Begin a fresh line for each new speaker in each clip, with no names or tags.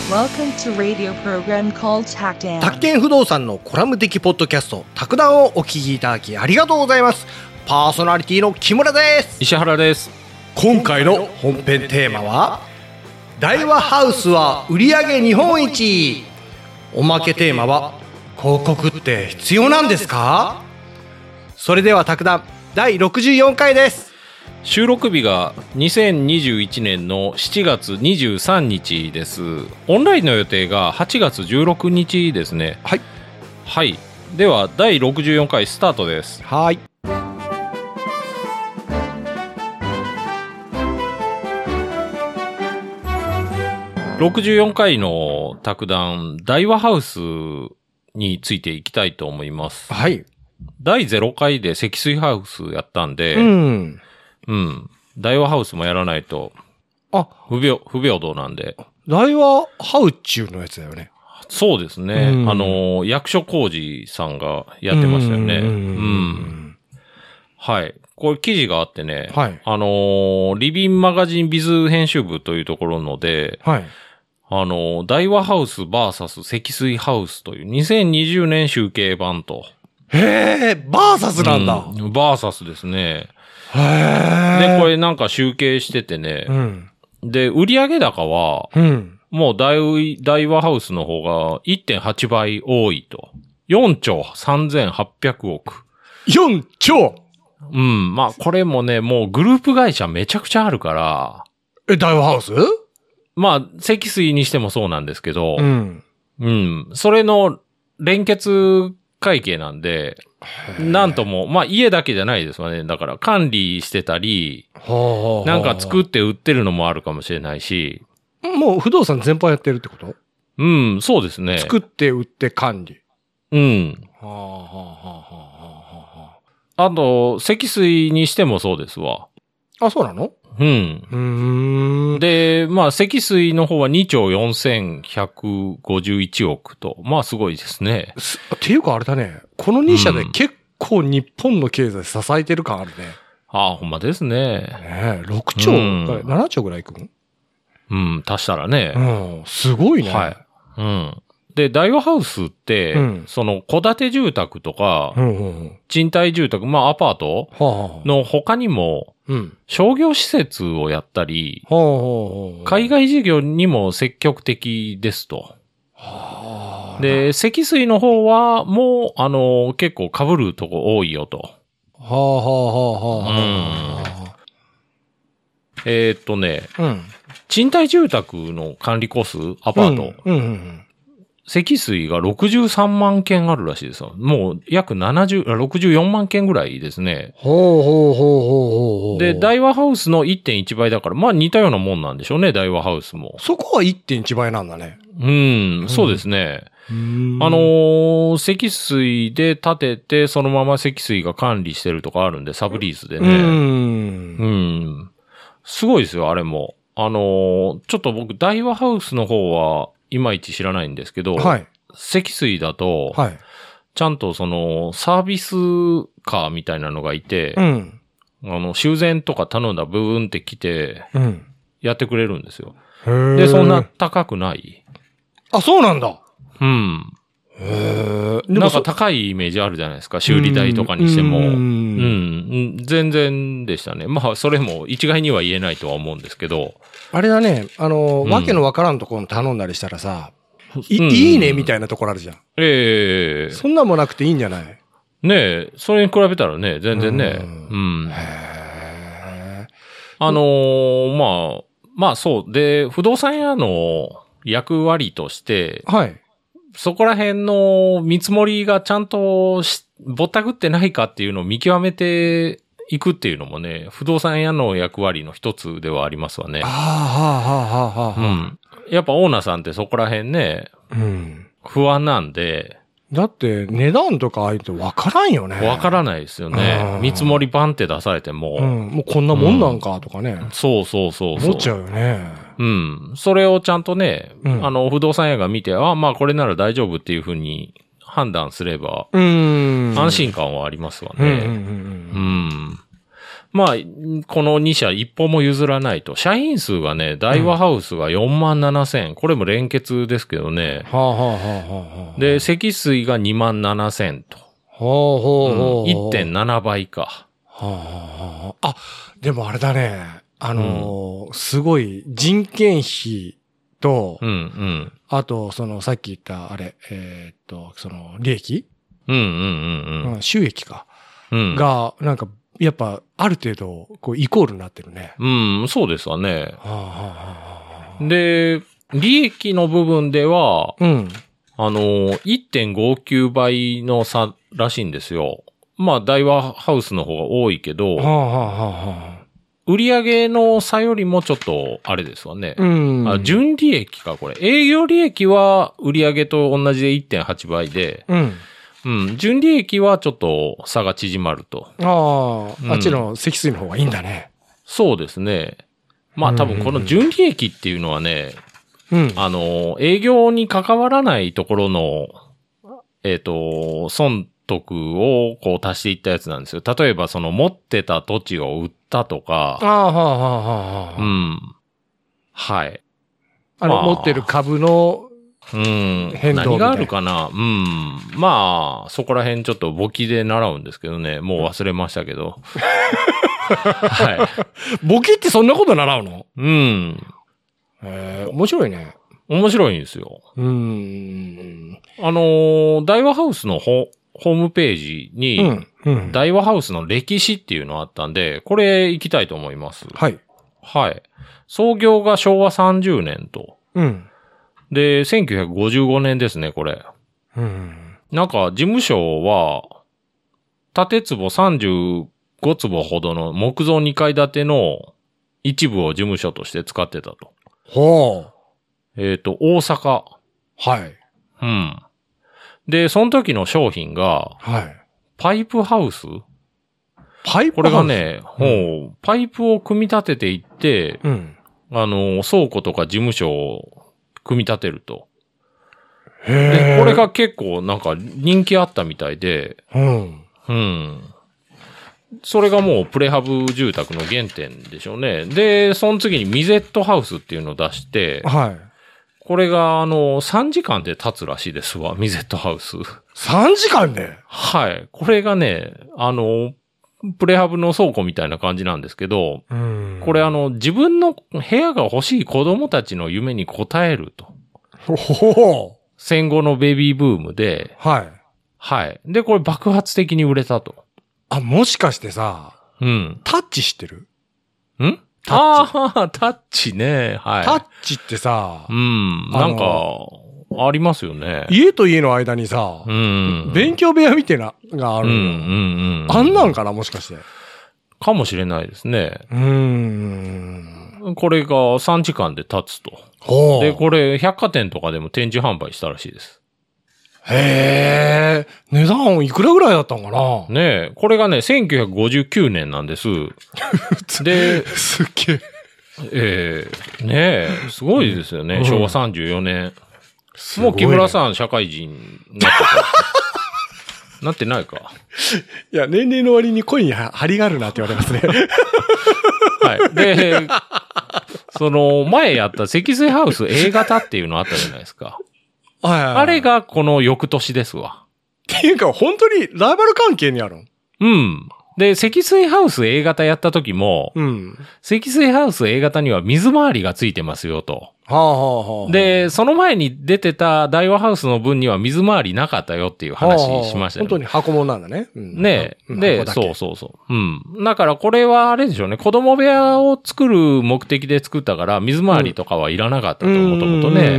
Welcome to radio program called TACDAN。
宅建不動産のコラム的ポッドキャスト、卓談をお聞きいただきありがとうございます。パーソナリティの木村です。
石原です。
今回の本編テーマは、大和ハウスは売上日本一。おまけテーマは、広告って必要なんですか？それでは卓談第64回です。
収録日が2021年の7月23日です。オンラインの予定が8月16日ですね。
はい。
はい。では第64回スタートです。
はい。
64回の卓談、大和ハウスについていきたいと思います。
はい。
第0回で積水ハウスやったんで、大和ハウスもやらないと、不平等なんで。
大和ハウチューのやつだよね。
そうですね。役所広司さんがやってましたよね。はい。これ記事があってね、
はい。
リビンマガジンビズ編集部というところので、
はい。
大和ハウス VS 積水ハウスという2020年集計版と。
へー、バーサスなんだ。
バーサスですね。
へー。
で、これなんか集計しててね、で、売上高は、もう大和ハウスの方が 1.8 倍多いと。4兆3800億。
4兆
まあ、これもね、もうグループ会社めちゃくちゃあるから。
大和ハウス？
まあ、積水にしてもそうなんですけど、それの連結会計なんで、なんとも、まあ家だけじゃないですわね。だから管理してたり、なんか作って売ってるのもあるかもしれないし。
もう不動産全般やってるってこと？
そうですね。
作って売って管理。
あと、積水にしてもそうですわ。
あ、そうなの？
で、まあ、積水の方は2兆4151億と、まあすごいですね。
っていうかあれだね、この2社で結構日本の経済支えてる感あるね。
ああ、ほんまですね。
6兆、7兆ぐらいいく
の？足したらね。
すごいね。
はい。で、大和ハウスって、その、戸建て住宅とか、賃貸住宅、まあアパートの他にも、商業施設をやったり、海外事業にも積極的ですと。で、積水の方は、もう、結構被るとこ多いよと。賃貸住宅の管理戸数、アパート。積水が63万件あるらしいですよ。もう約64万件ぐらいですね。で、大和ハウスの 1.1 倍だから、まあ似たようなもんなんでしょうね、大和ハウスも。
そこは 1.1 倍なんだね。
そうですね。積水で建てて、そのまま積水が管理してるとかあるんで、サブリースでね。すごいですよ、あれも。ちょっと僕、大和ハウスの方は、いまいち知らないんですけど、積水だと、ちゃんとその、サービスカーみたいなのがいて、修繕とか頼んだブーンって来て、やってくれるんですよ。で、そんな高くない。
あ、そうなんだ。
なんか高いイメージあるじゃないですか、修理代とかにしても。全然でしたね。まあ、それも一概には言えないとは思うんですけど。
あれだね、わけのわからんところ頼んだりしたらさ、いいねみたいなところあるじゃん。そんなもなくていいんじゃない？
ねえ、それに比べたらね、全然ね。まあそう。で、不動産屋の役割として、そこら辺の見積もりがちゃんとぼったくってないかっていうのを見極めていくっていうのもね、不動産屋の役割の一つではありますわね。やっぱオーナーさんってそこら辺ね、不安なんで。
だって値段とかああいうとわからんよね。
わからないですよね。見積もりバンって出されても。
もうこんなもんなんかとかね。
そう。思
っちゃうよね。
それをちゃんとね、不動産屋が見て、まあこれなら大丈夫っていうふうに判断すれば、安心感はありますわね。 まあ、この2社一歩も譲らないと。社員数がね、大和ハウスが47,000。これも連結ですけどね。
はあはあはあはあ。
で、積水が27,000と。
ほうほうほう。
1.7 倍か。
はあはあはあ。あ、でもあれだね。すごい人件費と、
うんうん。
あと、さっき言った、あれ、利益、
うんうんうんうん。
収益か。
うん。
が、なんか、やっぱ、ある程度、こう、イコールになってるね。
うん、そうですわね。
はあはあはあ。
で、利益の部分では、
うん。
1.59 倍の差らしいんですよ。まあ、大和ハウスの方が多いけど、
はあはあはあはあ。
売上の差よりもちょっと、あれですわね。
うん。
純利益か、これ。営業利益は売上と同じで 1.8 倍で、
うん。
うん。純利益はちょっと差が縮まると。
ああ、
うん
あっちの積水の方がいいんだね。
そうですね。まあ多分この純利益っていうのはね、
うん。
営業に関わらないところの、損得をこう足していったやつなんですよ。例えば持ってた土地を売ったとか、
ああ、はあはあはあはあ。
うん。はい。
持ってる株の、
うん。
変動みたいな
何があるかな。うん。まあ、そこら辺ちょっと簿記で習うんですけどね。もう忘れましたけど。は
簿記ってそんなこと習うの？
い。うん。
面白いね。
面白いんですよ。大和ハウスのホームページに、大和ハウスの歴史っていうのあったんで、これ行きたいと思います。
はい。
はい。創業が昭和30年と。
うん。
で、1955年ですね、これ。
うん。
なんか、事務所は、建坪35坪ほどの木造2階建ての一部を事務所として使ってたと。
ほう。
大阪。
はい。
うん。で、その時の商品が、
はい。
パイプハウス
パイプハウス？
これがね、パイプを組み立てていって、
うん。
倉庫とか事務所を組み立てると。
へえ。
で、これが結構なんか人気あったみたいで、
うん。
うん。それがもうプレハブ住宅の原点でしょうね。で、その次にミゼットハウスっていうのを出して、
はい。
これが3時間で建つらしいですわ、ミゼットハウス。
3時間で？
はい。これがね、プレハブの倉庫みたいな感じなんですけど、これ自分の部屋が欲しい子供たちの夢に応えると。
ほほ。
戦後のベビーブームで、
はい。
はい。で、これ爆発的に売れたと。
あ、もしかしてさ、
うん。
タッチ知ってる？
タッチね。はい。
タッチってさ、
なんか、ありますよね。
家と家の間にさ、勉強部屋みたいながあるの。あんなんかな、もしかして。
かもしれないですね。これが3時間で経つと。で、これ百貨店とかでも展示販売したらしいです。
へえ、値段いくらぐらいだったのかな？
ねえ、これがね、1959年なんです。で、
すっげ
え。ねえ、すごいですよね。昭和34年。もう木村さん社会人になってた。なってないか。
いや、年齢の割に声に張りがあるなって言われますね。
はい。で、前やった積水ハウス A 型っていうのあったじゃないですか。あれがこの翌年ですわ。
っていうか、本当にライバル関係にあるの？
うん。で、積水ハウス A 型やった時も、積水ハウス A 型には水回りがついてますよと。で、その前に出てた大和ハウスの分には水回りなかったよっていう話しましたよね。
本当に箱物なんだね。
ねえ。で、そう。うん。だからこれはあれでしょうね。子供部屋を作る目的で作ったから、水回りとかはいらなかったと、もともとね。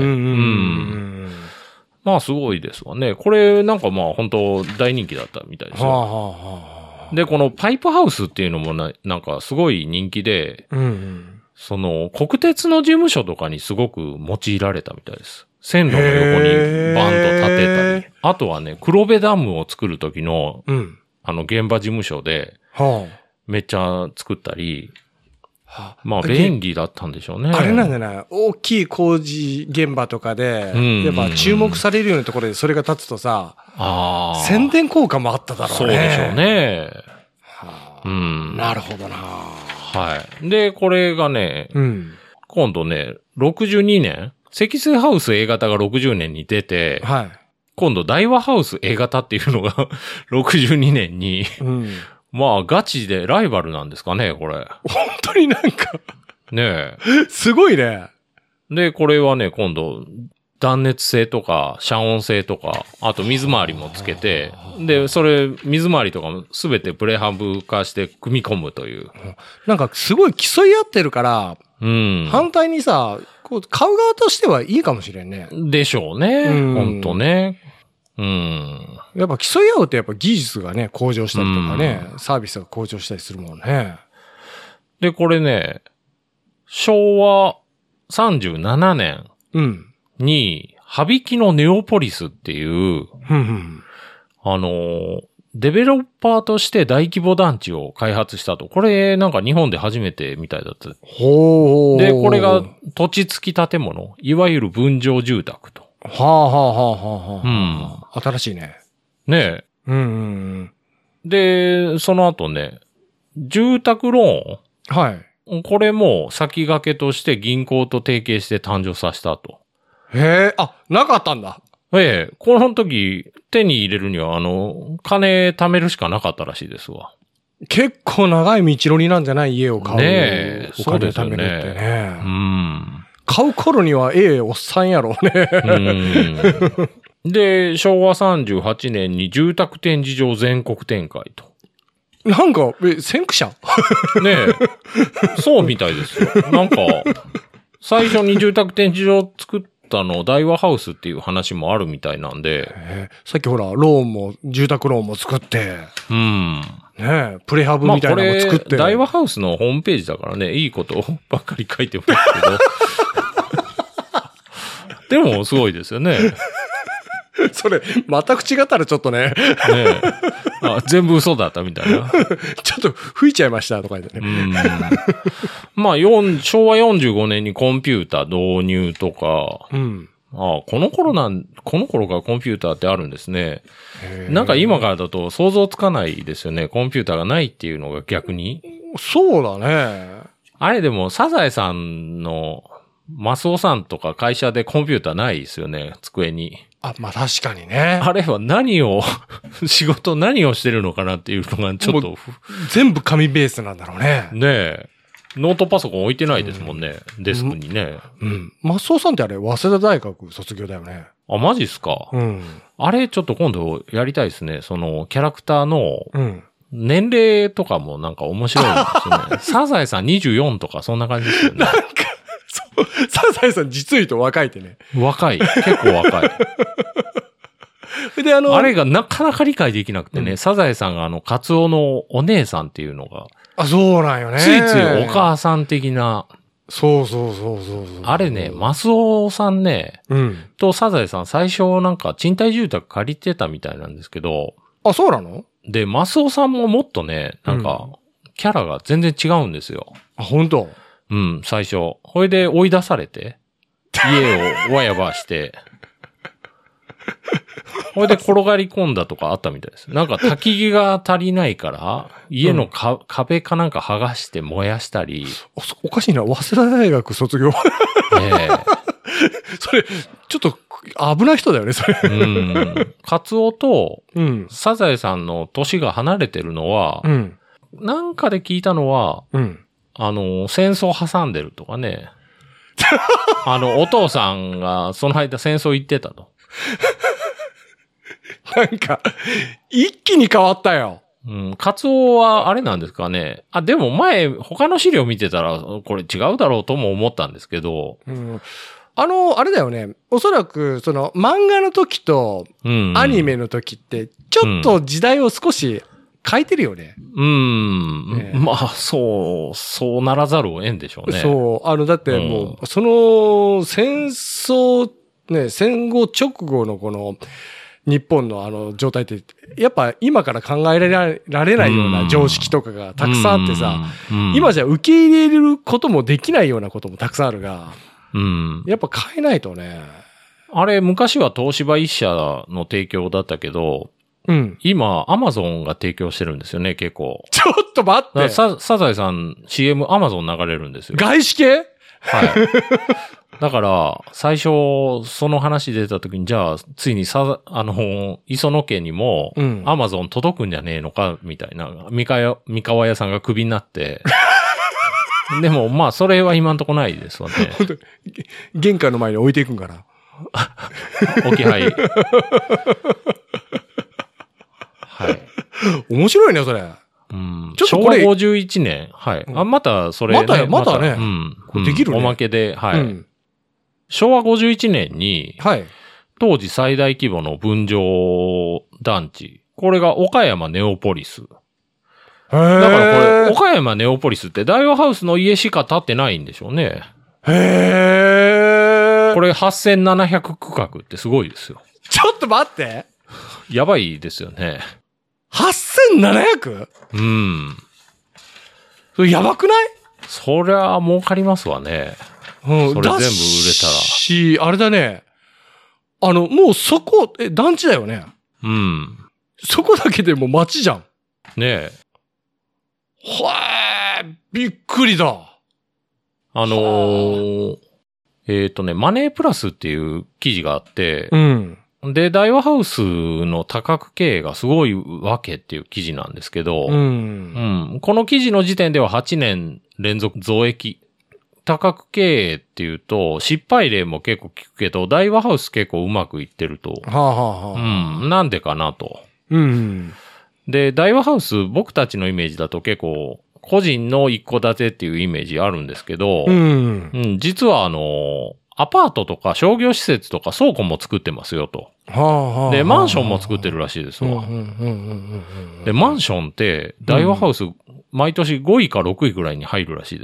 まあすごいですわね。これなんかまあ本当大人気だったみたいですよ。で、このパイプハウスっていうのもなんかすごい人気で、国鉄の事務所とかにすごく用いられたみたいです。線路の横にバンと立てたり。あとはね、黒部ダムを作る時の、現場事務所で、めっちゃ作ったり、まあ便利だったんでしょうね。
あれなんじゃない？大きい工事現場とかで、やっぱ注目されるようなところでそれが立つとさ、宣伝効果もあっただろうね。
そうでしょうね。 うん。
なるほどな。
はい。で、これがね、
うん。
今度ね、62年積水ハウス A 型が60年に出て、
はい。
今度大和ハウス A 型っていうのが62年に、
うん。
まあガチでライバルなんですかね、これ。
本当になんか
ね
すごいね。
で、これはね、今度、断熱性とか、遮音性とか、あと水回りもつけて、で、それ、水回りとかもすべてプレハブ化して組み込むという。
なんかすごい競い合ってるから、
うん。
反対にさ、こう買う側としてはいいかもしれんね。
でしょうね。ほんとね。うん。
やっぱ競い合うとやっぱ技術がね、向上したりとかね、サービスが向上したりするもんね。
で、これね、昭和37年に、羽曳のネオポリスっていう、デベロッパーとして大規模団地を開発したと。これなんか日本で初めてみたいだった。
ほー。
で、これが土地付き建物、いわゆる分譲住宅と。
はあはあはあはあ。うん。新しいね。
ねえ。
うん
で、その後ね、住宅ローン。
はい。
これも先駆けとして銀行と提携して誕生させたと。
へえ、あ、なかったんだ。
ええ、この時手に入れるには金貯めるしかなかったらしいですわ。
結構長い道のりなんじゃない家を買う。
ねえ、
お金貯めるってね。
うん。
買う頃にはおっさんやろうね。
で、昭和38年に住宅展示場全国展開と。
なんか、先駆者
ねえ。そうみたいですよ。なんか、最初に住宅展示場作ったの、大和ハウスっていう話もあるみたいなんで。
さっきほら、住宅ローンも作って。
うん。
ねえ、プレハブみたいなのも作って。
大和ハウスのホームページだからね、いいことばっかり書いてますけど。でも、すごいですよね。
それ、また口がたらちょっとね。ね
え。全部嘘だったみたいな。
ちょっと吹いちゃいましたとか言ってね。
まあ、昭和45年にコンピュータ導入とか、この頃からコンピューターってあるんですね。なんか今からだと想像つかないですよね。コンピューターがないっていうのが逆に。
そうだね。
あれでも、サザエさんのマスオさんとか会社でコンピューターないですよね、机に。
まあ確かにね。
あれは仕事何をしてるのかなっていうのがちょっと。
全部紙ベースなんだろうね。
ねえ。ノートパソコン置いてないですもんね。デスクにね。
マスオさんってあれ、早稲田大学卒業だよね。
マジっすか。あれ、ちょっと今度やりたいですね。その、キャラクターの、年齢とかもなんか面白いですね。サザエさん24とかそんな感じですよね。なんか、
サザエさん実言うと若いってね。
若い。結構若い。で、あれがなかなか理解できなくてね、サザエさんがカツオのお姉さんっていうのが。
そうなんよね。
ついついお母さん的な。
そう。
あれね、マスオさんね、とサザエさん最初なんか賃貸住宅借りてたみたいなんですけど。
そうなの？
で、マスオさんももっとね、なんか、キャラが全然違うんですよ。
本当？
最初。これで追い出されて、家をわやばして、これで転がり込んだとかあったみたいです。なんか焚き木が足りないから、家の壁かなんか剥がして燃やしたり。
おかしいな、早稲田大学卒業。それ、ちょっと危ない人だよね、それ。
カツオと、サザエさんの年が離れてるのは、なんかで聞いたのは、戦争挟んでるとかね。お父さんがその間戦争行ってたと。
なんか、一気に変わったよ。
カツオはあれなんですかね。でも前、他の資料見てたら、これ違うだろうとも思ったんですけど。
あれだよね。おそらく、その、漫画の時と、アニメの時って、ちょっと時代を少し変えてるよね。
まあ、そうならざるを得んでしょうね。
そう。だってもう、その、戦後直後のこの、日本の状態って、やっぱ今から考えられないような常識とかがたくさんあってさ、今じゃ受け入れることもできないようなこともたくさんあるが、やっぱ変えないとね。
あれ、昔は東芝一社の提供だったけど、
うん。
今、アマゾンが提供してるんですよね、結構。
ちょっと待って。
サザエさん CM アマゾン流れるんですよ。
外資系
はい。だから、最初、その話出た時に、じゃあ、ついに磯野家にも、アマゾン届くんじゃねえのか、みたいな、三河屋さんがクビになって、でも、まあ、それは今んとこないですわね。
本当玄関の前に置いていくんかな。
置き配。はい。
面白いね、それ。
うん。
ちょっとこれ
昭和51年。はい。あ、また、それ、ね。
またね。
うん。
これできるね。
おまけで、はい。昭和51年に、
はい。
当時最大規模の分譲団地。これが岡山ネオポリス。だからこれ、岡山ネオポリスって大和ハウスの家しか建ってないんでしょうね。
へー。
これ8700区画ってすごいですよ。
ちょっと待って。
やばいですよね。
8700？
うん。
それやばくない？
そりゃ儲かりますわね。
うん。
それ全部売れたら。
あれだね。もうそこ、団地だよね。
うん。
そこだけでもう街じゃん。
ねえ。
びっくりだ。
マネープラスっていう記事があって、
うん。
で、大和ハウスの多角経営がすごいわけっていう記事なんですけど、
うん。
この記事の時点では8年連続増益。多角経営っていうと、失敗例も結構聞くけど、大和ハウス結構うまくいってると。なんでかなと。
うん。
で、大和ハウス、僕たちのイメージだと結構、個人の一戸建てっていうイメージあるんですけど、実はアパートとか商業施設とか倉庫も作ってますよと。で、マンションも作ってるらしいですわ。で、マンションって大和ハウス毎年5位か6位ぐらいに入るらしいです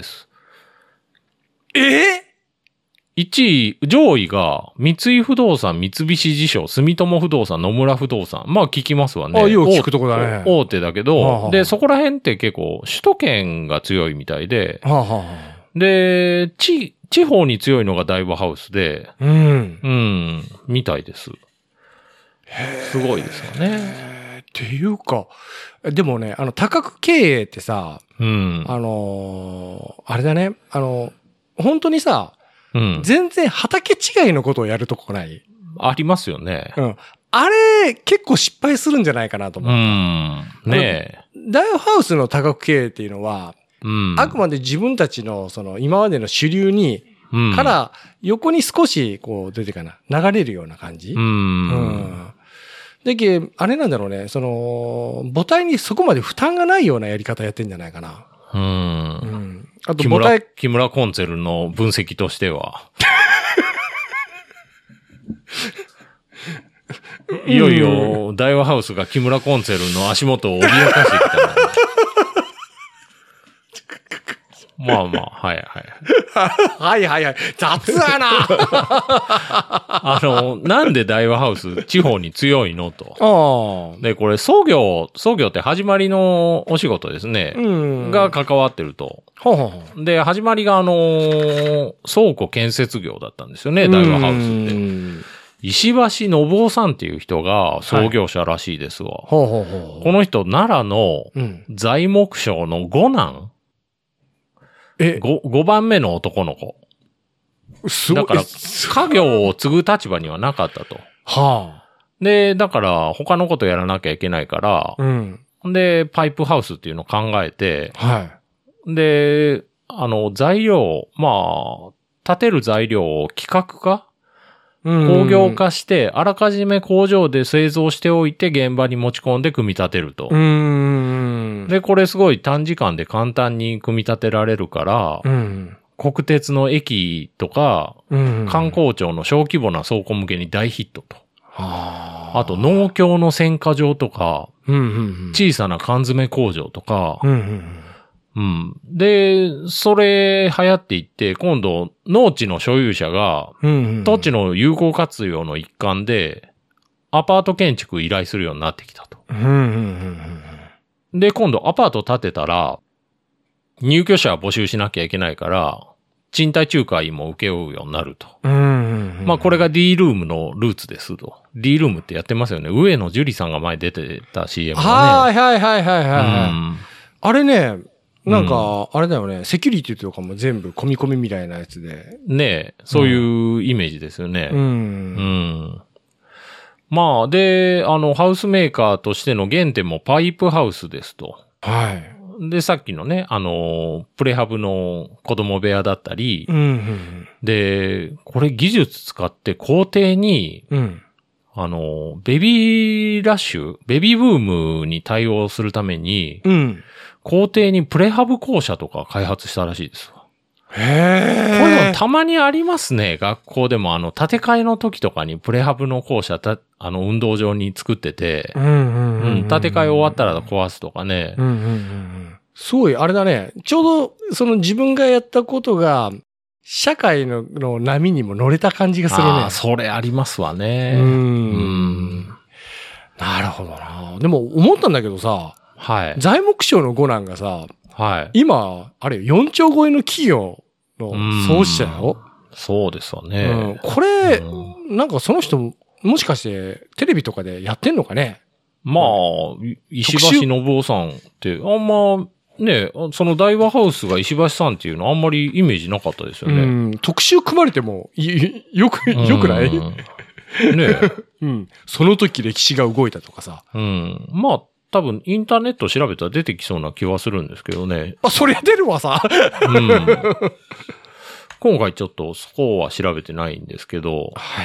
。1位、上位が三井不動産、三菱地所、住友不動産、野村不動産。まあ聞きますわね。
よく聞くとこだね。
大手だけど、で、そこら辺って結構首都圏が強いみたいで、で、地方に強いのが大和ハウスで、みたいです。すごいですよね。
っていうか、でもね、多角経営ってさ、あれだね、本当にさ、全然畑違いのことをやるとこない
ありますよね。
あれ、結構失敗するんじゃないかなと思った。
ねえ。
大和ハウスの多角経営っていうのは、あくまで自分たちの今までの主流に、から横に少しこう出てかな、流れるような感じ。だけど、あれなんだろうね、母体にそこまで負担がないようなやり方やってんじゃないかな。あと
木村コンツェルの分析としては。いよいよ、大和ハウスが木村コンツェルの足元を脅かしてきた。まあまあ、はいはい。
はい。雑やな
なんで大和ハウス地方に強いのと。で、これ創業って始まりのお仕事ですね。が関わってると。で、始まりが倉庫建設業だったんですよね、大和ハウスって。石橋信夫さんっていう人が創業者らしいですわ。この人、奈良の材木商の五男。5番目の男の子。だから、家業を継ぐ立場にはなかったと。で、だから、他のことやらなきゃいけないから、で、パイプハウスっていうのを考えて、で、材料、建てる材料を規格化工業化して、あらかじめ工場で製造しておいて現場に持ち込んで組み立てると。で、これすごい短時間で簡単に組み立てられるから、国鉄の駅とか、観光庁の小規模な倉庫向けに大ヒットと。あと農協の選果場とか、小さな缶詰工場とか、で、それ流行っていって、今度農地の所有者が、土地の有効活用の一環で、アパート建築依頼するようになってきたと。で、今度アパート建てたら、入居者募集しなきゃいけないから、 賃貸仲介も請け負うようになると。
ま
まあこれが D ルームのルーツですと。D ルームってやってますよね。上野樹里さんが前出てた CM がね。
はいはいはいはいはい。
うん
あれね、なんか、あれだよね、セキュリティとかも全部込み込みみたいなやつで。
ねえ、そういうイメージですよね。まあ、で、ハウスメーカーとしての原点もパイプハウスですと。
はい。
で、さっきのね、プレハブの子供部屋だったり、で、これ技術使って校庭に、ベビーラッシュ、ベビーブームに対応するために、校庭にプレハブ校舎とか開発したらしいですわ。こういうのたまにありますね。学校でも建て替えの時とかにプレハブの校舎運動場に作ってて、建て替え終わったら壊すとかね。
すごい、あれだね。ちょうど、その自分がやったことが、社会の波にも乗れた感じがするね。
ああ、それありますわね。
なるほどな。でも思ったんだけどさ、
はい。
材木商の五男がさ、
はい。
今、あれ4兆超えの企業の創始者よ。
そうですわね。
これ、なんかその人、もしかしてテレビとかでやってんのかね？
まあ、石橋信夫さんって、あんま、ね、その大和ハウスが石橋さんっていうのあんまりイメージなかったですよね。
特集組まれても、よくないねその時歴史が動いたとかさ。
まあ、多分インターネット調べたら出てきそうな気はするんですけどね。
あ、そりゃ出るわさ。
今回ちょっとそこは調べてないんですけど。
はい。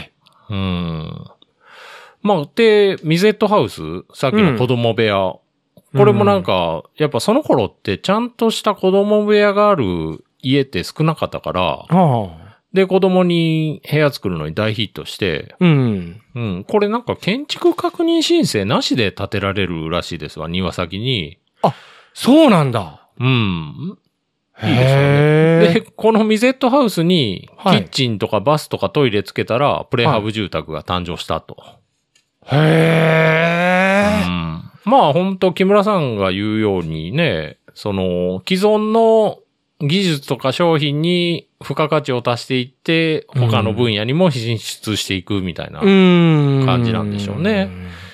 まあ、で、ミゼットハウス、さっきの子供部屋。これもなんか、やっぱその頃ってちゃんとした子供部屋がある家って少なかったから、で、子供に部屋作るのに大ヒットして、これなんか建築確認申請なしで建てられるらしいですわ、庭先に。
あ、そうなんだ。
いいですよね。で、このミゼットハウスに、キッチンとかバスとかトイレつけたら、プレハブ住宅が誕生したと。まあ本当木村さんが言うようにね、その既存の技術とか商品に付加価値を足していって、他の分野にも進出していくみたいな感じなんでしょうね。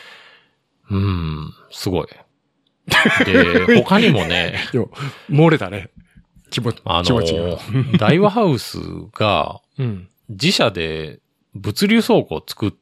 すごい。で、他にもね。
漏れたね。気持ちが。
大和ハウスが、自社で物流倉庫を作って、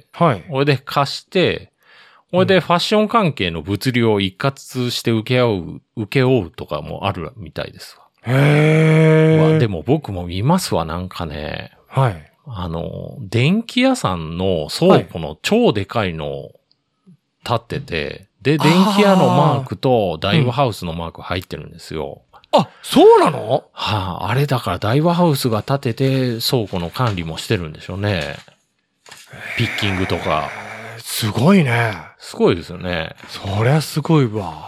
これで貸して、これでファッション関係の物流を一括して請け負うとかもあるみたいですわ。でも僕も見ますわ、なんかね。電気屋さんの倉庫の超でかいの立ってて、で、電気屋のマークと大和ハウスのマーク入ってるんですよ。
あ、そうなの？
あれだから大和ハウスが建てて倉庫の管理もしてるんでしょうね。ピッキングとか。
すごいね。
すごいですよね。
そりゃすごいわ。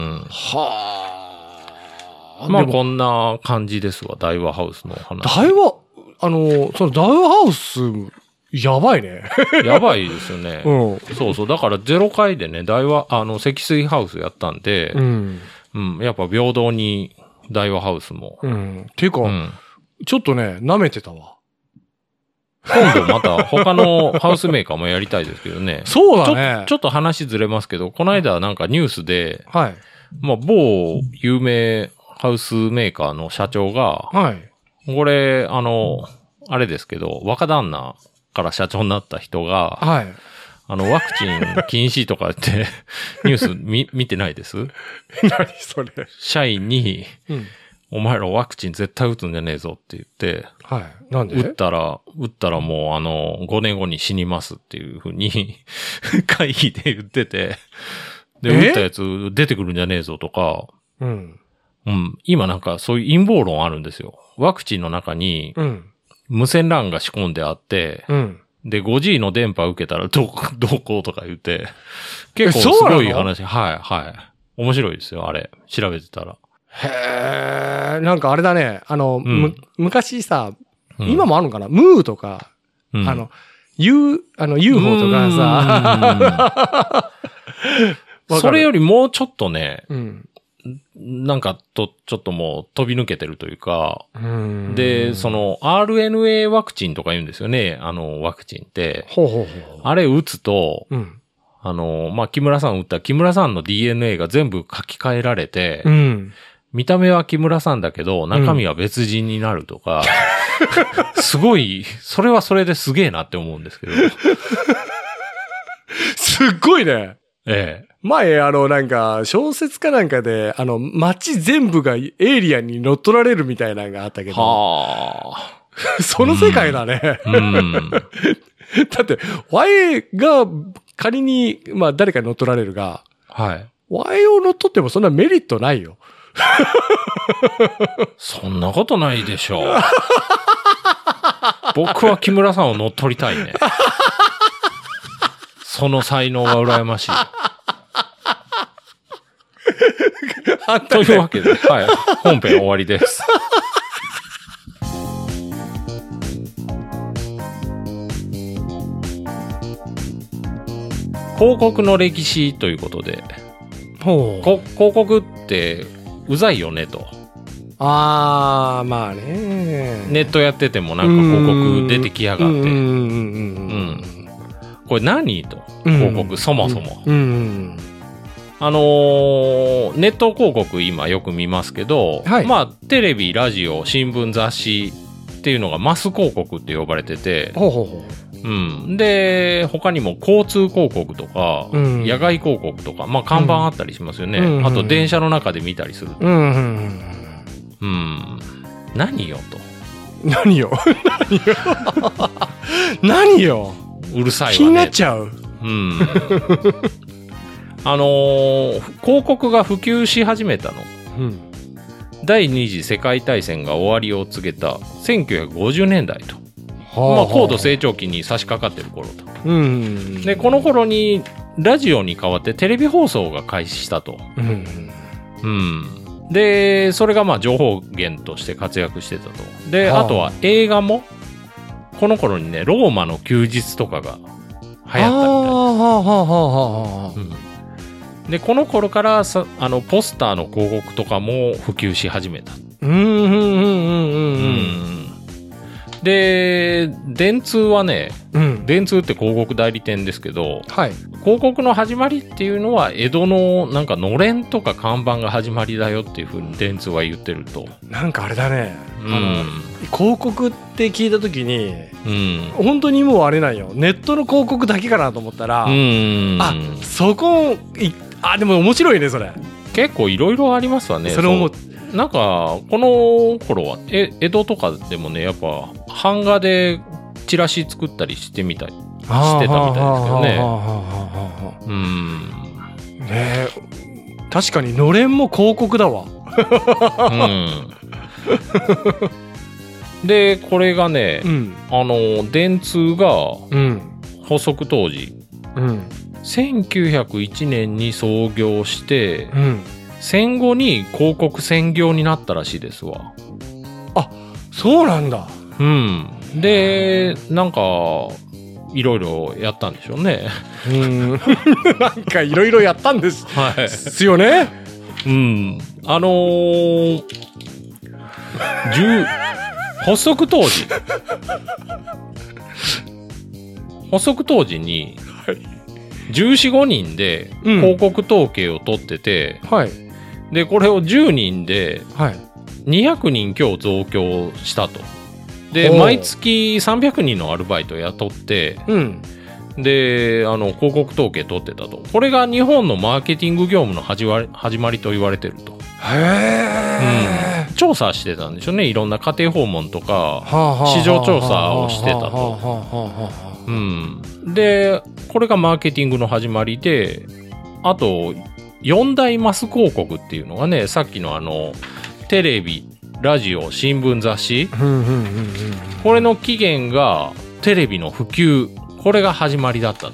まあこんな感じですわ、大和ハウスの話。
その大和ハウス、やばいね。
やばいですよね。そうそう。だから0回でね、積水ハウスやったんで、やっぱ平等に大和ハウスも。
っていうか、ちょっとね、舐めてたわ。
今度また他のハウスメーカーもやりたいですけどね。
そうだね。
ちょっと話ずれますけど、この間なんかニュースで、まあ某有名ハウスメーカーの社長が、これ、あれですけど、若旦那から社長になった人が、ワクチン禁止とかってニュース見てないです？
何それ？
社員に、お前らワクチン絶対打つんじゃねえぞって言って、
なんで？
打ったらもう5年後に死にますっていうふうに会議で言ってて、で、打ったやつ出てくるんじゃねえぞとか、今なんかそういう陰謀論あるんですよ。ワクチンの中に、無線 LAN が仕込んであって、で、5G の電波受けたらどうこうとか言って、結構すごい話。面白いですよ、あれ。調べてたら。
なんかあれだね。昔さ、今もあるのかな？ムーとか、UFO とかさ、
それよりもうちょっとね、 なんかちょっともう飛び抜けてるというか、で、その RNA ワクチンとか言うんですよね、ワクチンって。あれ打つと、まあ、木村さん打った木村さんの DNA が全部書き換えられて、見た目は木村さんだけど、中身は別人になるとか、すごい、それはそれですげえなって思うんですけど。
すっごいね。
ええ。
前、なんか、小説かなんかで、街全部がエイリアンに乗っ取られるみたいなのがあったけど。
は
あ。その世界だね。だって、Y が仮に、まあ、誰かに乗っ取られるが、
はい。
Y を乗っ取ってもそんなメリットないよ。
そんなことないでしょう。僕は木村さんを乗っ取りたいね。その才能が羨ましい。というわけで、はい。本編終わりです。広告の歴史ということで、広告ってうざいよねと。
あー、まあね。
ネットやっててもなんか広告出てきやがって。これ何と広告、そもそも。ネット広告今よく見ますけど、はい、まあテレビ、ラジオ、新聞、雑誌っていうのがマス広告って呼ばれてて、で、他にも交通広告とか、野外広告とか、まあ看板あったりしますよね。あと電車の中で見たりすると。何よと。
何よ何よ
うるさいわね。
気になっちゃう。
広告が普及し始めたの。第二次世界大戦が終わりを告げた1950年代と。まあ、高度成長期に差し掛かってる頃と。で、この頃にラジオに代わってテレビ放送が開始したと。で、それがまあ情報源として活躍してたと。で、あとは映画も、この頃にね、ローマの休日とかが流行ったみたいです。で、この頃からポスターの広告とかも普及し始めた。で、電通はね、電通って広告代理店ですけど、広告の始まりっていうのは江戸のなんかのれんとか看板が始まりだよっていうふうに電通は言ってると。
なんかあれだね、広告って聞いた時に、本当にもうあれなんよ、ネットの広告だけかなと思ったら、そこでも面白いねそれ。
結構いろいろありますわね。
それ思う。
なんかこの頃は江戸とかでもね、やっぱ版画でチラシ作ったりしてたみたいですけどね。
ね、確かにのれんも広告だわ。
でこれがね、電通が発足当時、1901年に創業して、戦後に広告専業になったらしいですわ。
あ、そうなんだ。
で、なんかいろいろやったんでしょうね。
なんかいろいろやったんです。ですよね。
発足当時に、14、15人で広告統計を取ってて、で、これを10人で200人強増強したと。で、毎月300人のアルバイトを雇って、で、広告統計取ってたと。これが日本のマーケティング業務の始まりと言われてると。調査してたんでしょうね。いろんな家庭訪問とか、市場調査をしてたと。で、これがマーケティングの始まりで、あと、4大マス広告っていうのがね、さっきのテレビ、ラジオ、新聞、雑誌、これの起源がテレビの普及、これが始まりだったと。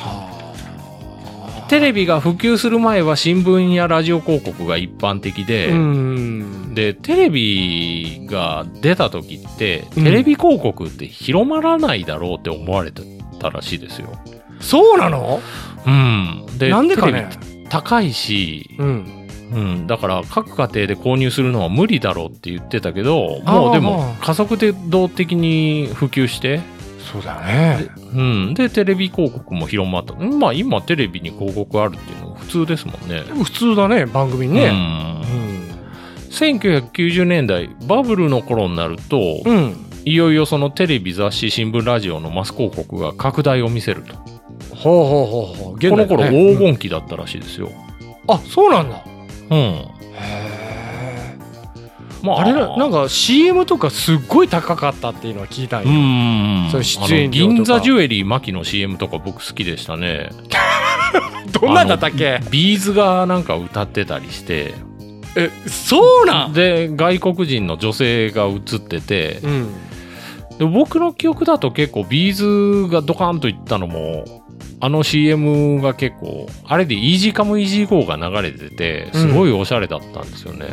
テレビが普及する前は新聞やラジオ広告が一般的で、で、テレビが出た時って、テレビ広告って広まらないだろうって思われてたらしいですよ。
そうなの？
で、
なんでかね。
高いし、 うん、だから各家庭で購入するのは無理だろうって言ってたけど、もうでも加速度的に普及して、
そうだね。
でテレビ広告も広まった。まあ今テレビに広告あるっていうのは普通ですもんね。
普通だね、番組ね。
1990年代バブルの頃になると、いよいよそのテレビ、雑誌、新聞、ラジオのマス広告が拡大を見せると。この頃黄金期だったらしいですよ。
あ、そうなんだ。
へ
え。まああれなんか CM とかすっごい高かったっていうのは聞いたんよ。それ出演料とか。
銀座ジュエリーマキの CM とか僕好きでしたね。
どんなんだったっけ？
ビーズがなんか歌ってたりして。
そうなん
で外国人の女性が映ってて、で僕の記憶だと結構ビーズがドカンといったのもあの CM が結構あれでイージーカムイージーゴーが流れててすごいおしゃれだったんですよね。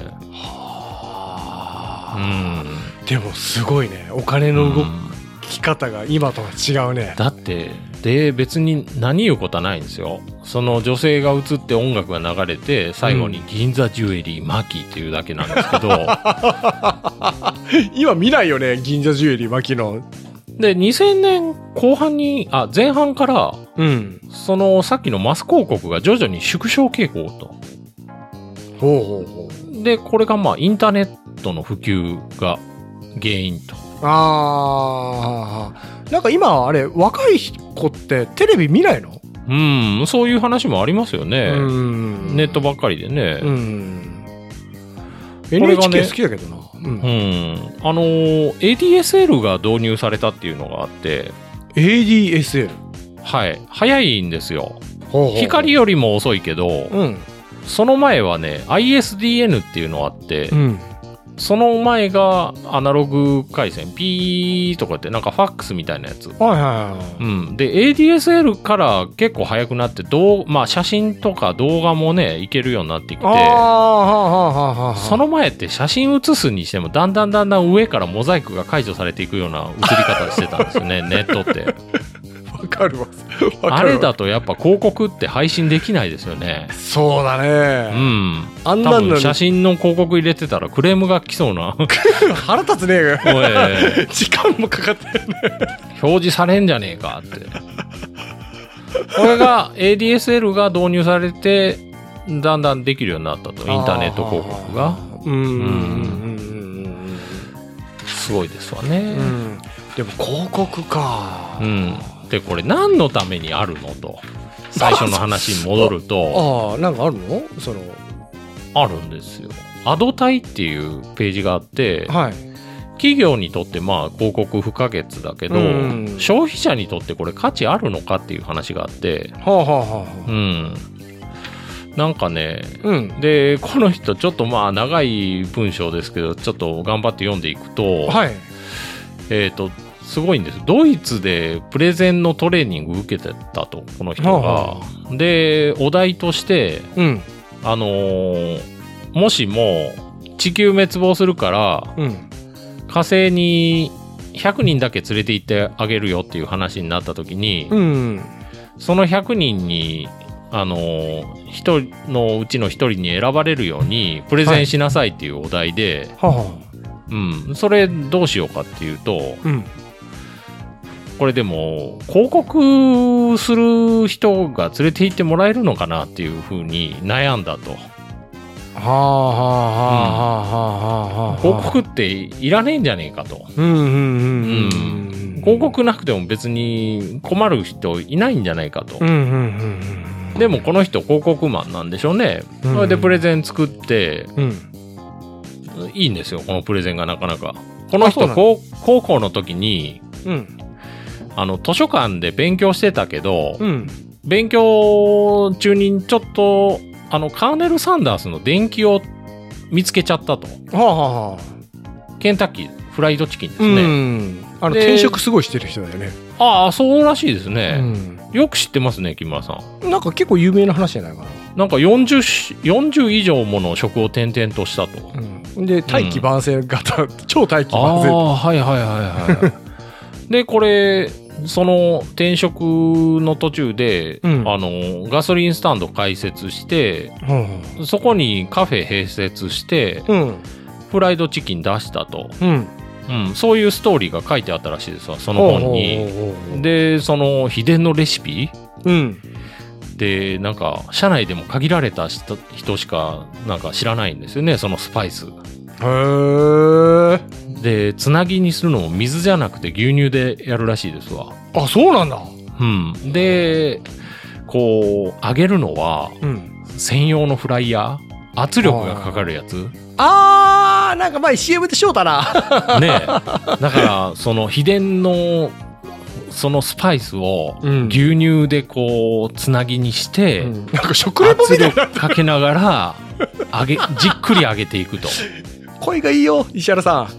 でもすごいね、お金の動き方が今とは違うね。
だってで別に何言うことはないんですよ。その女性が映って音楽が流れて最後に銀座ジュエリーマキっていうだけなんですけど、
今見ないよね、銀座ジュエリーマキの。
で2000年後半に前半から、そのさっきのマス広告が徐々に縮小傾向と。でこれがまあインターネットの普及が原因と。
なんか今あれ若い子ってテレビ見ないの？
そういう話もありますよね。ネットばっかりでね。
NHK 好きだけどな。
ADSL が導入されたっていうのがあって。
ADSL？
はい。早いんですよ。光よりも遅いけど、その前はね ISDN っていうのがあって、その前がアナログ回線ピーとかってなんかファックスみたいなやつ。で ADSL から結構早くなって写真とか動画もねいけるようになってきて、その前って写真写すにしてもだんだん上からモザイクが解除されていくような写り方してたんですよねネットって。
わかるわ。
あれだとやっぱ広告って配信できないですよね。
そうだね。
多分写真の広告入れてたらクレームが来そうな。
腹立つねえ。時間もかかってるね。
表示されんじゃねえかって。これが ADSL が導入されてだんだんできるようになったと。インターネット広告が。すごいですわね。
でも広告か。
でこれ何のためにあるのと最初の話に戻ると
なんかあるの？
あるんですよ。アドタイっていうページがあって、企業にとって広告不可欠だけど、消費者にとってこれ価値あるのかっていう話があって、なんかね、でこの人ちょっと長い文章ですけどちょっと頑張って読んでいくと、すごいんです。ドイツでプレゼンのトレーニング受けてたと、この人が。で、お題として、もしも地球滅亡するから、火星に100人だけ連れて行ってあげるよっていう話になった時に、その100人に、1人のうちの1人に選ばれるようにプレゼンしなさいっていうお題で、それどうしようかっていうと、これでも広告する人が連れて行ってもらえるのかなっていうふうに悩んだと。広告っていらねえんじゃねえかと。広告なくても別に困る人いないんじゃないかと。でもこの人広告マンなんでしょうね。それでプレゼン作って、いいんですよこのプレゼンがなかなか。この人高校の時に、図書館で勉強してたけど、勉強中にちょっとカーネル・サンダースの伝記を見つけちゃったと。ケンタッキーフライドチキンですね。
転職すごいしてる人だよね。
そうらしいですね。よく知ってますね木村さ
ん。なんか結構有名な話じゃないかな。
なんか40以上もの職を転々としたと。
で大器晩成型、超大器晩成。
でこれその転職の途中で、
うん
ガソリンスタンド開設して、そこにカフェ併設して、
うん。
フライドチキン出したと。
うん。
うん、そういうストーリーが書いてあったらしいですわ、その本に。で、その秘伝のレシピ
うん。
で、なんか、社内でも限られた人しか、なんか知らないんですよね、そのスパイス。
へー。
で、つなぎにするのも水じゃなくて牛乳でやるらしいですわ。
あ、そうなんだ。
うん。で、こう、揚げるのは、
うん。
専用のフライヤー圧力がかかるやつ
なんか前 CM でしようたな。
ねえ。だから、その秘伝の、そのスパイスを牛乳でこう、つなぎにして、
なんか食レポみたいな。
圧力かけながら、じっくり揚げていくと。
声がいいよ、石原さん。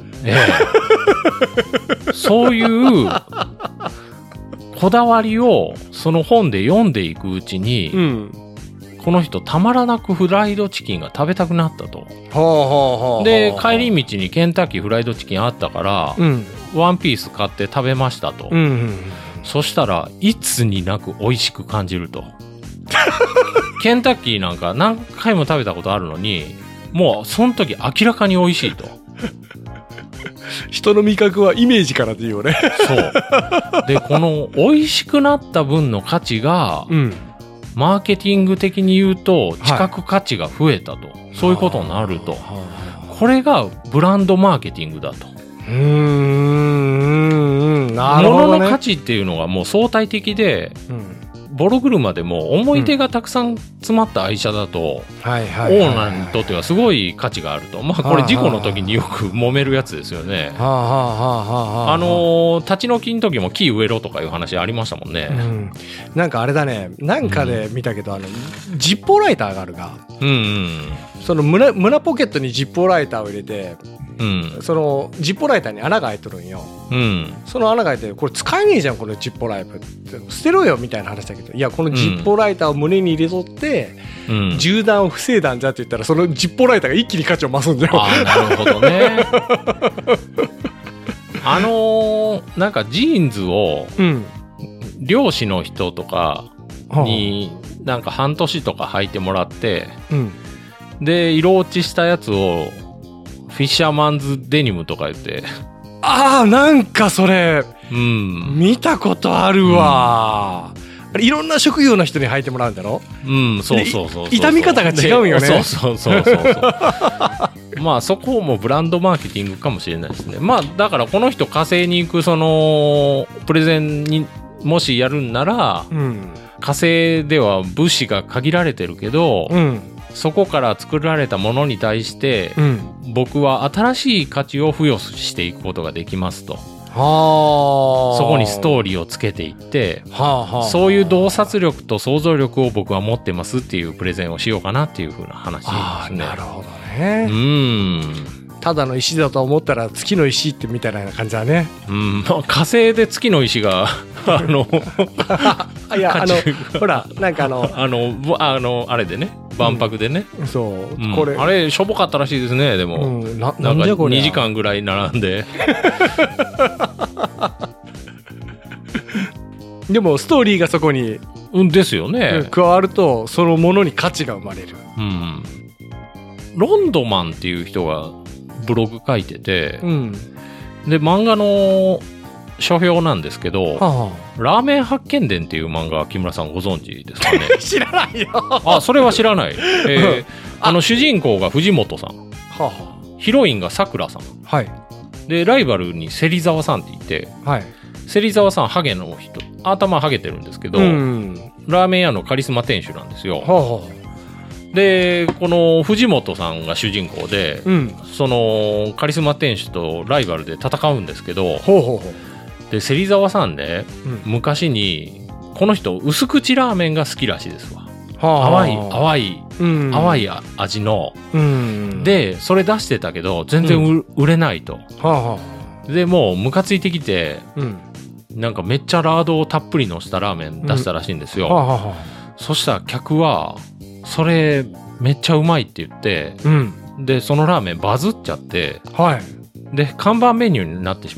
そういうこだわりをその本で読んでいくうちに、
うん。
この人たまらなくフライドチキンが食べたくなったと。
はあ。
で、帰り道にケンタッキーフライドチキンあったから、
うん。
ワンピース買って食べましたと。
うん。
そしたらいつになく美味しく感じると。ケンタッキーなんか何回も食べたことあるのに、もうその時明らかに美味しいと。
人の味覚はイメージからっていうよね。
そう。で、この美味しくなった分の価値が、
うん。
マーケティング的に言うと、知覚価値が増えたと。そういうことになると。これがブランドマーケティングだと。
なるほどね。
物の価値っていうのがもう相対的で、ボロ車でも思い出がたくさん詰まった愛車だと、オーナーにとってはすごい価値があると。まあこれ事故の時によく揉めるやつですよね。立ち退きの時も木植えろとかいう話ありましたもんね。
なんかあれだね、なんかで見たけど、ジッポーライターがあるが、その胸ポケットにジッポーライターを入れて、そのジッポーライターに穴が開いてるんよ。その穴が開いて、これ使えねえじゃんこのジッポーライターって捨てろよみたいな話だけど、いやこのジッポーライターを胸に入れとって、銃弾を防いだんじゃって言ったら、そのジッポーライターが一気に価値を増すんじゃん。
なるほどね。なんかジーンズを、漁師の人とかになんか半年とか履いてもらって、で色落ちしたやつをフィッシャーマンズデニムとか言って、
なんかそれ、見たことあるわ。いろんな職業の人に履いてもらうんだろ。
そう。
痛み方が違うよね。
そう。まあそこもブランドマーケティングかもしれないですね。まあだからこの人火星に行くそのプレゼンにもしやるんなら、火星では物資が限られてるけど、そこから作られたものに対して、僕は新しい価値を付与していくことができますと。そこにストーリーをつけていって、そういう洞察力と想像力を僕は持ってますっていうプレゼンをしようかなっていう風な話ですね。
なるほどね。ただの石だと思ったら月の石ってみたいな感じだね。
火星で月の石が
いやほらなんか
あれでね、万博でね、
これ
あれしょぼかったらしいですね。でもなんか2時間ぐらい並んで
でもストーリーがそこに
ですよね、
加わるとそのものに価値が生まれる。
ロンドマンっていう人がブログ書いてて、で漫画の書評なんですけど、ラーメン発見伝っていう漫画、木村さんご存知ですかね。
知らないよ。
それは知らない。主人公が藤本さん、ヒロインがさくらさん、でライバルに芹沢さんっていて、芹沢さんハゲの人、頭ハゲてるんですけど、ラーメン屋のカリスマ店主なんですよ。でこの藤本さんが主人公で、そのカリスマ店主とライバルで戦うんですけど、で芹沢さんね、昔にこの人薄口ラーメンが好きらしいですわ。淡い味の、でそれ出してたけど全然売れないと。でもうムカついてきて、なんかめっちゃラードをたっぷりのしたラーメン出したらしいんですよ。そしたら客はそれめっちゃうまいって言って、でそのラーメンバズっちゃって、で看板メニューになってしまうと。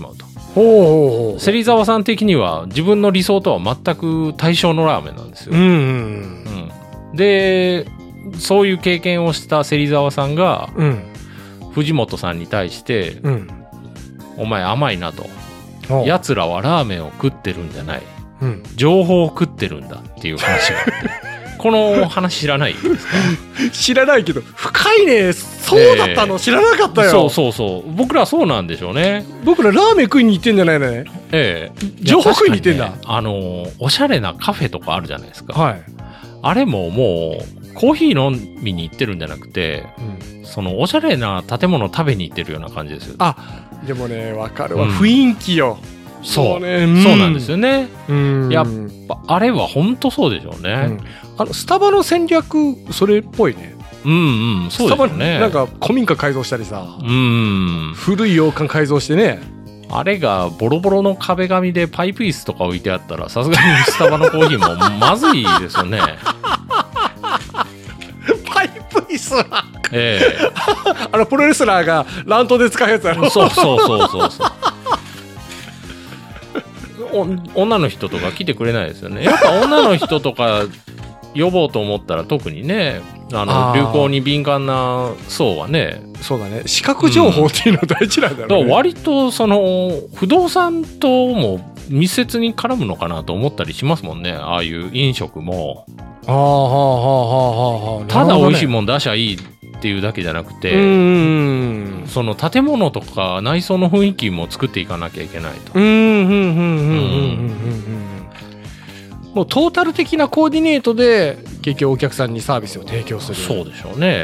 ほうほうほう。
芹沢さん的には自分の理想とは全く対象のラーメンなんですよ。
うんうん
うん、でそういう経験をした芹沢さんが、
うん、
藤本さんに対して、
うん、
お前甘いなと。奴らはラーメンを食ってるんじゃない。
うん、
情報を食ってるんだっていう話があって。この話知らないですか？
知らないけど深いね。そうだったの、知らなかったよ。
そう僕らそうなんでしょうね。
僕らラーメン食いに行ってんじゃないのね。情報食いに行ってんだ、
ね、おしゃれなカフェとかあるじゃないですか。
はい。
あれももうコーヒー飲みに行ってるんじゃなくて、そのおしゃれな建物食べに行ってるような感じですよ。
あ、でもね、わかるわ、雰囲気よ。
そう
ね、
そうなんですよね。やっ
ぱ
あれは本当そうでしょうね。
スタバの戦略それっぽいね。
そうですよね。
なんか古民家改造したりさ、古い洋館改造してね。
あれがボロボロの壁紙でパイプ椅子とか置いてあったら、さすがにスタバのコーヒーもまずいですよね。
パイプ椅子は、プロレスラーが乱闘で使うやつやろ。
そう女の人とか来てくれないですよね。やっぱ女の人とか呼ぼうと思ったら特にね、流行に敏感な層はね。
そうだね。視覚情報っていうのは大事なんだろうね。
だから割とその不動産とも密接に絡むのかなと思ったりしますもんね。ああいう飲食も。ただ美味しいもん出しゃいいっていうだけじゃなくて、その建物とか内装の雰囲気も作っていかなきゃいけないと。
もうトータル的なコーディネートで結局お客さんにサービスを提供する。
そうでしょうね。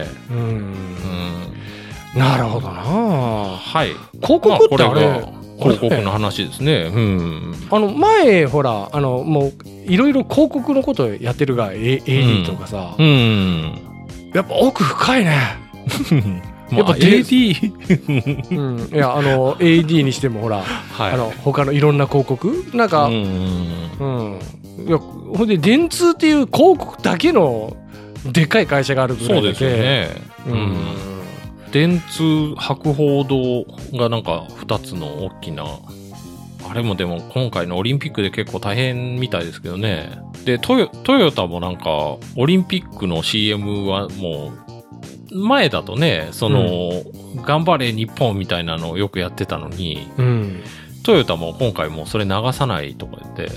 なるほどな。
はい。
広告ってあれ、
広告の話ですね。
前ほらもういろいろ広告のことやってるが AD とかさ、やっぱ奥深いね。
やっぱ AD
いやAD にしてもほら、他のいろんな広告なんか、いやほんで電通っていう広告だけのでっかい会社があるぐらいで。
そうですよね。電通博報堂がなんか2つの大きなあれもでも今回のオリンピックで結構大変みたいですけどね。でトヨタもなんかオリンピックの CM はもう前だとねその、頑張れ日本みたいなのをよくやってたのに、トヨタも今回もそれ流さないとか言って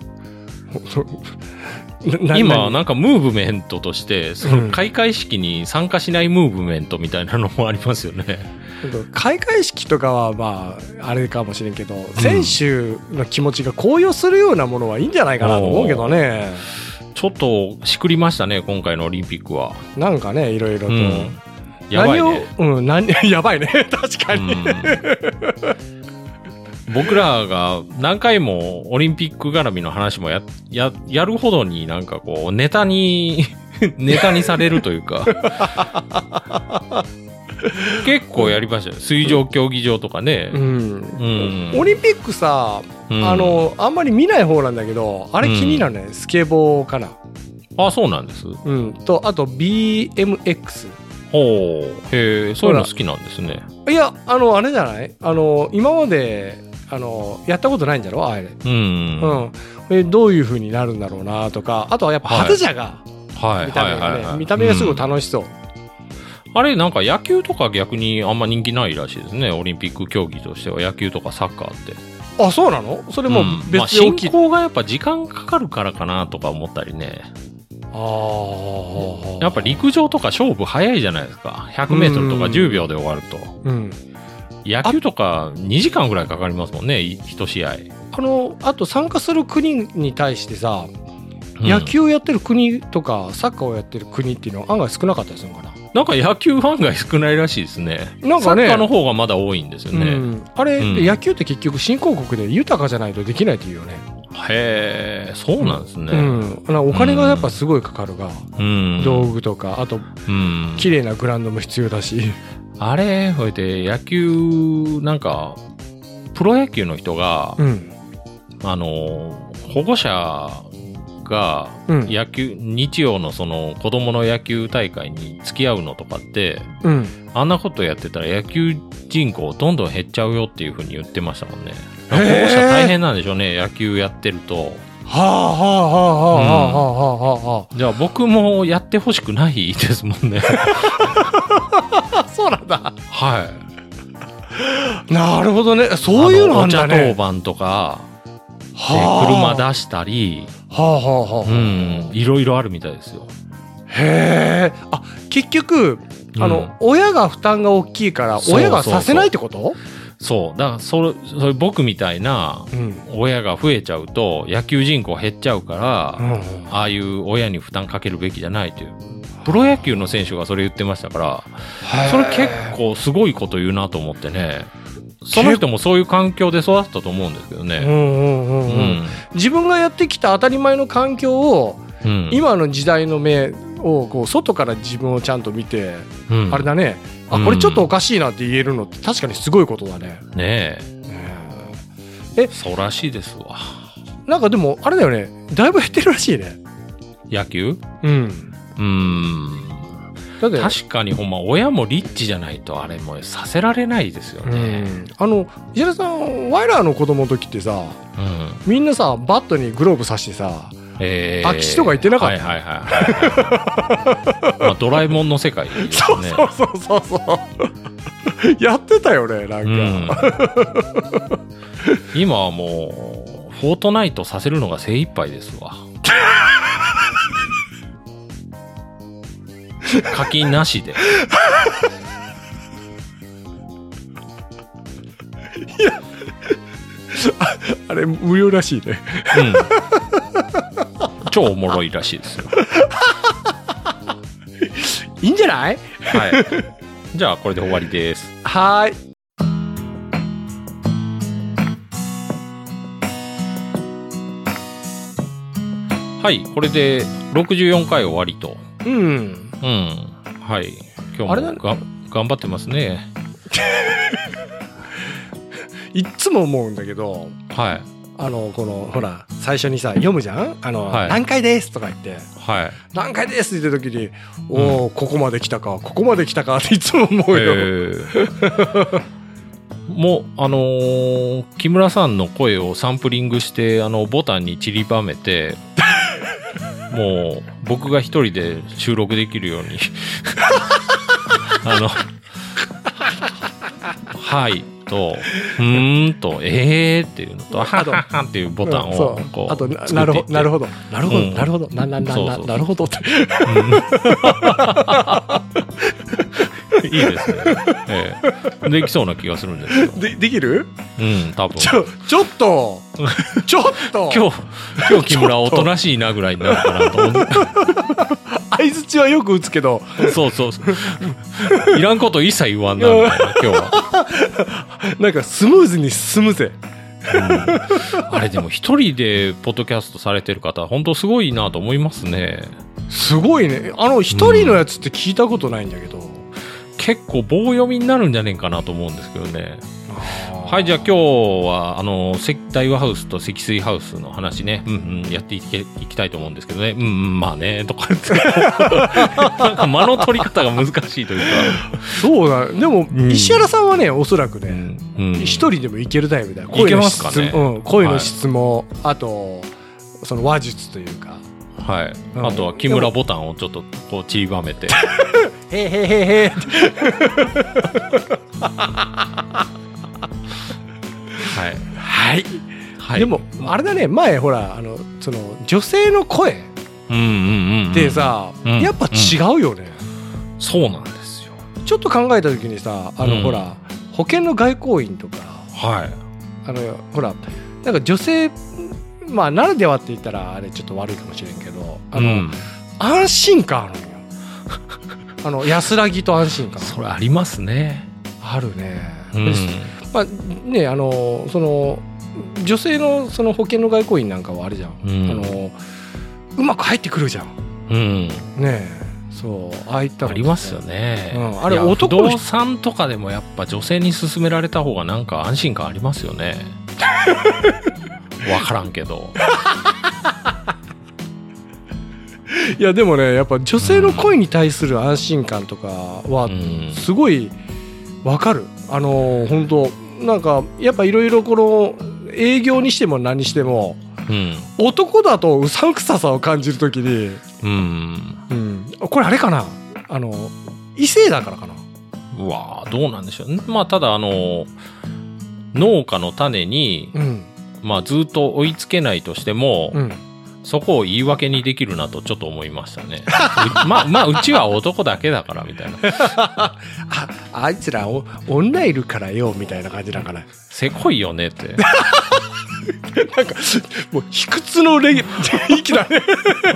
今なんかムーブメントとしてその開会式に参加しないムーブメントみたいなのもありますよね。
開会式とかはまああれかもしれんけど、選手の気持ちが高揚するようなものはいいんじゃないかなと思うけどね。
ちょっとしくりましたね今回のオリンピックは。
なんかねいろいろと、
やばいね。
やばいね確かに、
僕らが何回もオリンピック絡みの話もやるほどになんかこうネタにされるというか結構やりましたよ。水上競技場とかね、オ
リンピックさ、あんまり見ない方なんだけどあれ気になるね、スケボーかな。
あ、そうなんです。
とあと BMX。
ほう、へえ、そういうの好きなんですね。
いやあれじゃない、今までやったことないんだろあれ。どういう風になるんだろうなとか、あとはやっぱ派手じゃが、見た目がすごい楽しそう。
あれなんか野球とか逆にあんま人気ないらしいですね。オリンピック競技としては野球とかサッカーって。
あ、そうなの？それも別
に大きい。進行がやっぱ時間かかるからかなとか思ったりね。やっぱ陸上とか勝負早いじゃないですか。100メートルとか10秒で終わると。野球とか2時間ぐらいかかりますもんね、1試合。
あと参加する国に対してさ、野球をやってる国とかサッカーをやってる国っていうのは案外少なかったりするのかな。
なんか野球案外少ないらしいですね。なんかね、サッカーの方がまだ多いんですよね。
あれ、野球って結局新興国で豊かじゃないとできないっていうよね。
へえ、そうなんですね。
お金がやっぱすごいかかるが、道具とかあと綺麗なグラウンドも必要だし。
あれほいで野球なんかプロ野球の人が、保護者が野球、日曜のその子供の野球大会に付き合うのとかって、あんなことやってたら野球人口どんどん減っちゃうよっていう風に言ってましたもんね。 保護者大変なんでしょうね、野球やってると。
はあはあはあはあはあはあ。
じゃあ僕もやってほしくないですもんね。
そうなんだ。
はい。
なるほどね。そういうのあんだね。
お茶当番とかで車出したり、
はあはあはあ。
いろいろあるみたいですよ。
へえ。あ、結局親が負担が大きいから親がさせないってこと？
そうだからそれ僕みたいな親が増えちゃうと野球人口減っちゃうから、ああいう親に負担かけるべきじゃないというプロ野球の選手がそれ言ってましたから、それ結構すごいこと言うなと思ってね。その人もそういう環境で育ったと思うんですけどね。
自分がやってきた当たり前の環境を、今の時代の目をこう外から自分をちゃんと見て、あれだね、あ、これちょっとおかしいなって言えるのって確かにすごいことだね。
ねえ。そうらしいですわ。
なんかでもあれだよね、だいぶ減ってるらしいね。
野球？だって確かにほんま親もリッチじゃないとあれもさせられないですよね。
石原さん、ワイラーの子供の時ってさ、みんなさバットにグローブさしてさ、空き地とか行ってなかった？
まあドラえもんの世界ですね。
そうやってたよね、なんか、
今はもうフォートナイトさせるのが精一杯ですわ。課金なしで。い
や、あれ無料らしいね。
超おもろいらしいですよ。
いいんじゃない？
はい。じゃあこれで終わりです。
はい。
はい、これで64回終わりと。はい。今日も頑張ってますね。
いっつも思うんだけど、
はい。
このほら最初にさ読むじゃん、何回ですとか言って、何回ですって言った時に、ここまで来たかっていつも思うよ。
もう木村さんの声をサンプリングしてボタンに散りばめてもう僕が一人で収録できるようにはいととっていうのとはははっていうボタンをこう
あとなるほどなるほどなるほどって
いいですね。できそうな気がするんですよ。
できる？
多分。
ちょっと
今日木村おとなしいなぐらいになるかなと思って。
相槌はよく打つけど、
そういらんこと一切言わんなみたいな今日は。
なんかスムーズに進むぜ。
あれでも一人でポッドキャストされてる方本当すごいなと思いますね。す
ごいね。一人のやつって聞いたことないんだけど、
結構棒読みになるんじゃねえかなと思うんですけどね。はい、じゃあ今日は大和ハウスと積水ハウスの話ね、やっていきたいと思うんですけどね。まあねとか言ってなんか間の取り方が難しいというか。
そうだ。でも、石原さんはね、おそらくね、一人でもいけるタイプだよ。
いけますかね。
声の質も、あとその話術というか。
はい。あとは木村ボタンをちょっとこう散りばめて。
へへはい。でもあれだね、前ほらその女性の声ってさ、やっぱ違うよね。
そうなんですよ。
ちょっと考えた時にさ、ほら保険の外交員とか、ほらなんか女性ならではって言ったらあれちょっと悪いかもしれんけど、安心感あるのよ。安らぎと安心感。
それありますね。
あるね。ね、その女性のその保険の外交員なんかはあれじゃん、うまく入ってくるじゃん、ね、そうああいった
ありますよね、
あれ不
動産とかでもやっぱ女性に勧められた方がなんか安心感ありますよね。分からんけど。
いやでもね、やっぱ女性の声に対する安心感とかはすごい分かる。本当なんかやっぱいろいろこの営業にしても何にしても、
うん、
男だとうさんくささを感じるときに、これあれかな、異性だからかな。
うわー、どうなんでしょう。まあただ農家の種に、まあずっと追いつけないとしても、そこを言い訳にできるなとちょっと思いましたね。まあうちは男だけだからみたいな。
あいつら女いるからよみたいな感じなんかな。
せこいよねって。
なんかもう卑屈の息だね。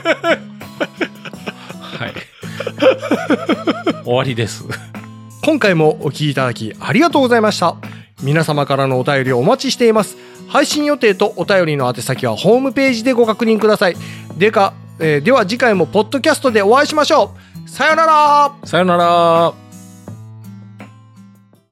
はい。終わりです。
今回もお聞きいただきありがとうございました。皆様からのお便りをお待ちしています。配信予定とお便りの宛先はホームページでご確認ください。では次回もポッドキャストでお会いしましょう。さよなら。
さよなら。